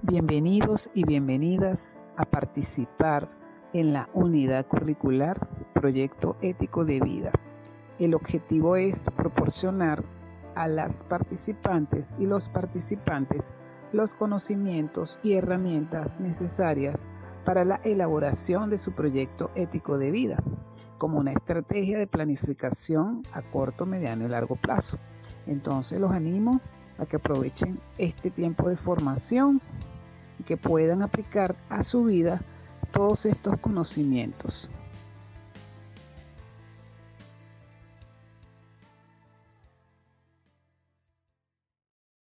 Bienvenidos y bienvenidas a participar en la unidad curricular Proyecto Ético de Vida. El objetivo es proporcionar a las participantes y los participantes los conocimientos y herramientas necesarias para la elaboración de su proyecto ético de vida, como una estrategia de planificación a corto, mediano y largo plazo. Entonces los animo a que aprovechen este tiempo de formación y que puedan aplicar a su vida todos estos conocimientos.